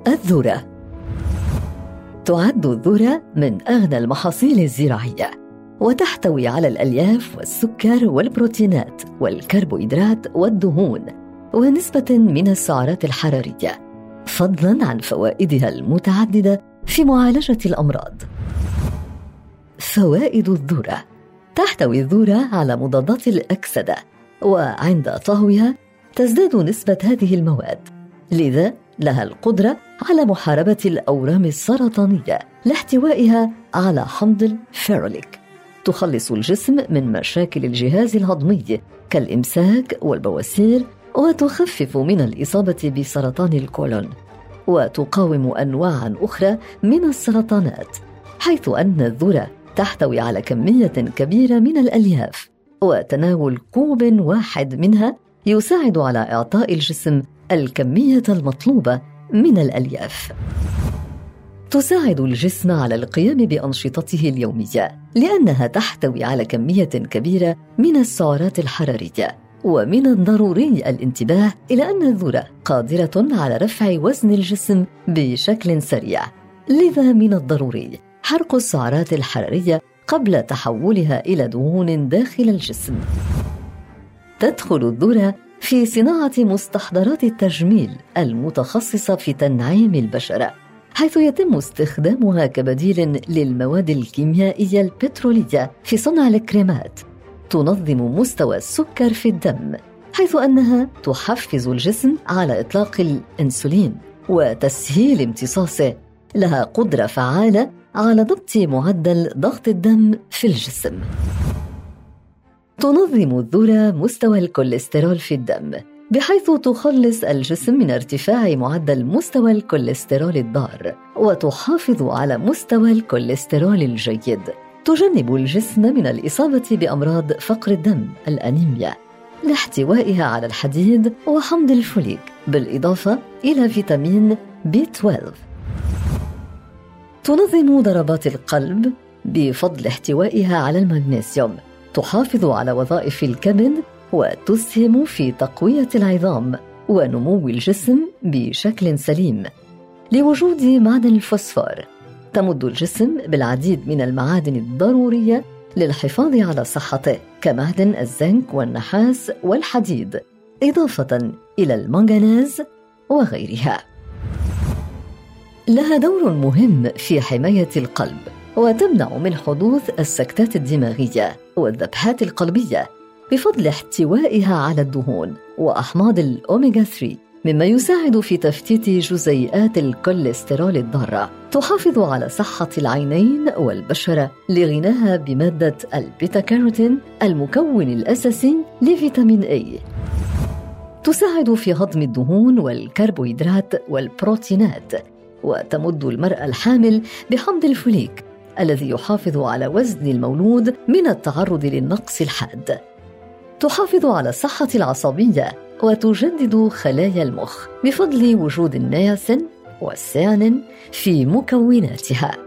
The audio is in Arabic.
الذرة. تعد الذرة من أغنى المحاصيل الزراعية، وتحتوي على الألياف والسكر والبروتينات والكربوهيدرات والدهون ونسبة من السعرات الحرارية، فضلاً عن فوائدها المتعددة في معالجة الأمراض. فوائد الذرة: تحتوي الذرة على مضادات الأكسدة، وعند طهوها تزداد نسبة هذه المواد، لذا لها القدرة على محاربة الأورام السرطانية لاحتوائها على حمض الفيروليك. تخلص الجسم من مشاكل الجهاز الهضمي كالإمساك والبواسير، وتخفف من الإصابة بسرطان الكولون، وتقاوم أنواعاً أخرى من السرطانات، حيث أن الذرة تحتوي على كمية كبيرة من الألياف، وتناول كوب واحد منها يساعد على إعطاء الجسم الكمية المطلوبة من الألياف. تساعد الجسم على القيام بأنشطته اليومية، لأنها تحتوي على كمية كبيرة من السعرات الحرارية. ومن الضروري الانتباه إلى أن الذرة قادرة على رفع وزن الجسم بشكل سريع، لذا من الضروري حرق السعرات الحرارية قبل تحولها إلى دهون داخل الجسم. تدخل الذرة في صناعة مستحضرات التجميل المتخصصة في تنعيم البشرة، حيث يتم استخدامها كبديل للمواد الكيميائية البترولية في صنع الكريمات. تنظم مستوى السكر في الدم، حيث أنها تحفز الجسم على إطلاق الأنسولين وتسهيل امتصاصه. لها قدرة فعالة على ضبط معدل ضغط الدم في الجسم. تنظم الذرة مستوى الكوليسترول في الدم، بحيث تخلص الجسم من ارتفاع معدل مستوى الكوليسترول الضار، وتحافظ على مستوى الكوليسترول الجيد. تجنب الجسم من الإصابة بأمراض فقر الدم الأنيميا لاحتوائها على الحديد وحمض الفوليك، بالإضافة إلى فيتامين B12. تنظم ضربات القلب بفضل احتوائها على المغنيسيوم. تحافظ على وظائف الكبد، وتسهم في تقوية العظام ونمو الجسم بشكل سليم. لوجود معدن الفوسفور، تمد الجسم بالعديد من المعادن الضرورية للحفاظ على صحته، كمعدن الزنك والنحاس والحديد، إضافة إلى المنغنيز وغيرها. لها دور مهم في حماية القلب، وتمنع من حدوث السكتات الدماغية والذبحات القلبية بفضل احتوائها على الدهون وأحماض الأوميغا 3، مما يساعد في تفتيت جزيئات الكوليسترول الضارة. تحافظ على صحة العينين والبشرة لغناها بمادة البيتا كاروتين المكون الأساسي لفيتامين A. تساعد في هضم الدهون والكربوهيدرات والبروتينات، وتمد المرأة الحامل بحمض الفوليك الذي يحافظ على وزن المولود من التعرض للنقص الحاد. تحافظ على الصحة العصبية وتجدد خلايا المخ بفضل وجود النياسين والسيانين في مكوناتها.